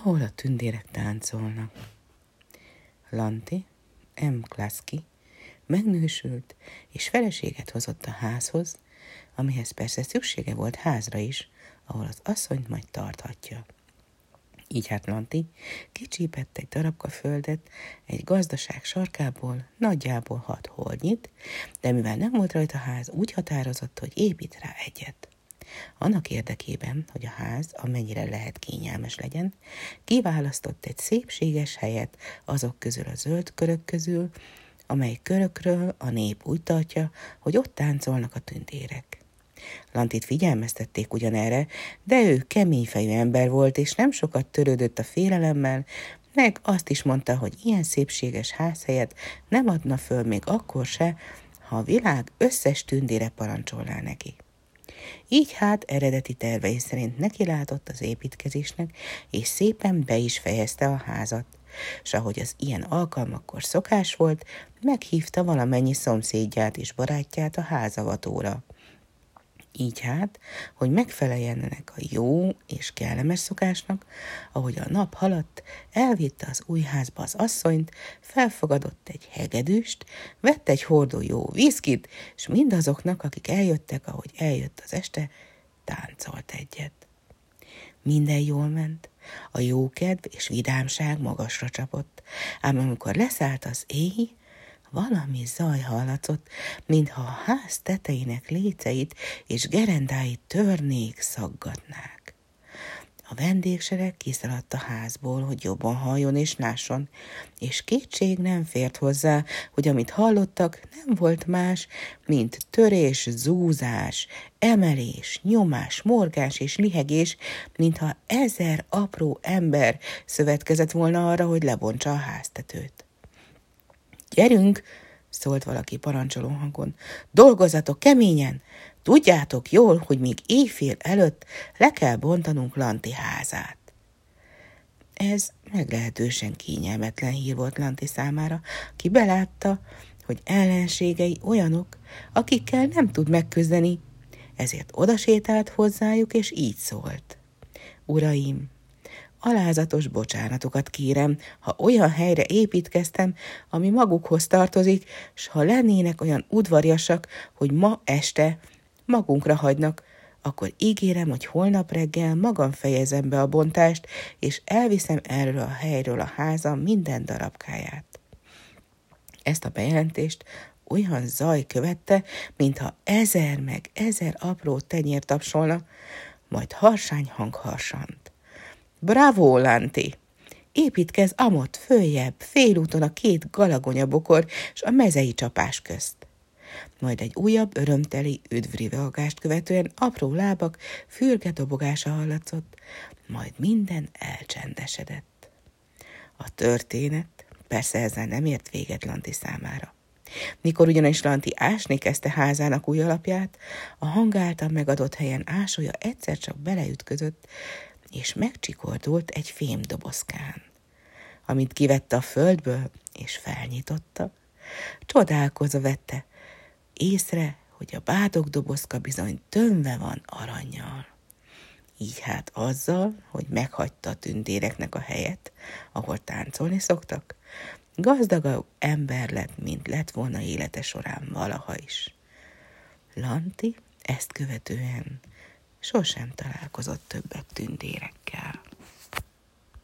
ahol a tündérek táncolnak. Lanti, M. Klasky megnősült, és feleséget hozott a házhoz, amihez persze szüksége volt házra is, ahol az asszonyt majd tarthatja. Így hát Lanti kicsípett egy darabka földet egy gazdaság sarkából, nagyjából 6 holdnyit, de mivel nem volt rajta ház, úgy határozott, hogy épít rá egyet. Annak érdekében, hogy a ház amennyire lehet kényelmes legyen, kiválasztott egy szépséges helyet azok közül a zöld körök közül, amely körökről a nép úgy tartja, hogy ott táncolnak a tündérek. Lantit figyelmeztették ugyanerre, de ő keményfejű ember volt, és nem sokat törődött a félelemmel, meg azt is mondta, hogy ilyen szépséges házhelyet nem adna föl még akkor se, ha a világ összes tündére parancsolná neki. Így hát eredeti tervei szerint nekilátott az építkezésnek, és szépen be is fejezte a házat. S ahogy az ilyen alkalmakkor szokás volt, meghívta valamennyi szomszédját és barátját a házavatóra. Így hát, hogy megfeleljenek a jó és kellemes szokásnak, ahogy a nap haladt, elvitte az új házba az asszonyt, felfogadott egy hegedűst, vett egy hordó jó viszkit, és mindazoknak, akik eljöttek, ahogy eljött az este, táncolt egyet. Minden jól ment, a jókedv és vidámság magasra csapott, ám amikor leszállt az éj, valami zaj hallatszott, mintha a ház tetejének léceit és gerendáit törnék, szaggatnák. A vendégsereg kiszaladt a házból, hogy jobban halljon és lásson, és kétség nem fért hozzá, hogy amit hallottak, nem volt más, mint törés, zúzás, emelés, nyomás, morgás és lihegés, mintha 1000 apró ember szövetkezett volna arra, hogy lebontsa a háztetőt. Gyerünk, szólt valaki parancsoló hangon, dolgozzatok keményen, tudjátok jól, hogy még éjfél előtt le kell bontanunk Lanti házát. Ez meglehetősen kényelmetlen hír volt Lanti számára, ki belátta, hogy ellenségei olyanok, akikkel nem tud megküzdeni, ezért odasétált hozzájuk, és így szólt. Uraim, alázatos bocsánatokat kérem, ha olyan helyre építkeztem, ami magukhoz tartozik, s ha lennének olyan udvariasak, hogy ma este magunkra hagynak, akkor ígérem, hogy holnap reggel magam fejezem be a bontást, és elviszem erről a helyről a házam minden darabkáját. Ezt a bejelentést olyan zaj követte, mintha 1000 meg 1000 apró tenyér tapsolna, majd harsány hang harsant. Bravo, Lanti! Építkez amott följebb, félúton a 2 galagonyabokor s a mezei csapás közt. Majd egy újabb örömteli üdvrivalgást követően apró lábak fürge dobogása hallatszott, majd minden elcsendesedett. A történet persze ezzel nem ért véget Lanti számára. Mikor ugyanis Lanti ásni kezdte házának új alapját, a hang által megadott helyen ásója egyszer csak beleütközött, és megcsikordult egy fémdobozkán. Amint kivette a földből, és felnyitotta, csodálkozva vette észre, hogy a bádog dobozka bizony tömve van arannyal. Így hát azzal, hogy meghagyta a tündéreknek a helyet, ahol táncolni szoktak, gazdagabb ember lett, mint lett volna élete során valaha is. Lanti ezt követően sosem találkozott többet tündérekkel.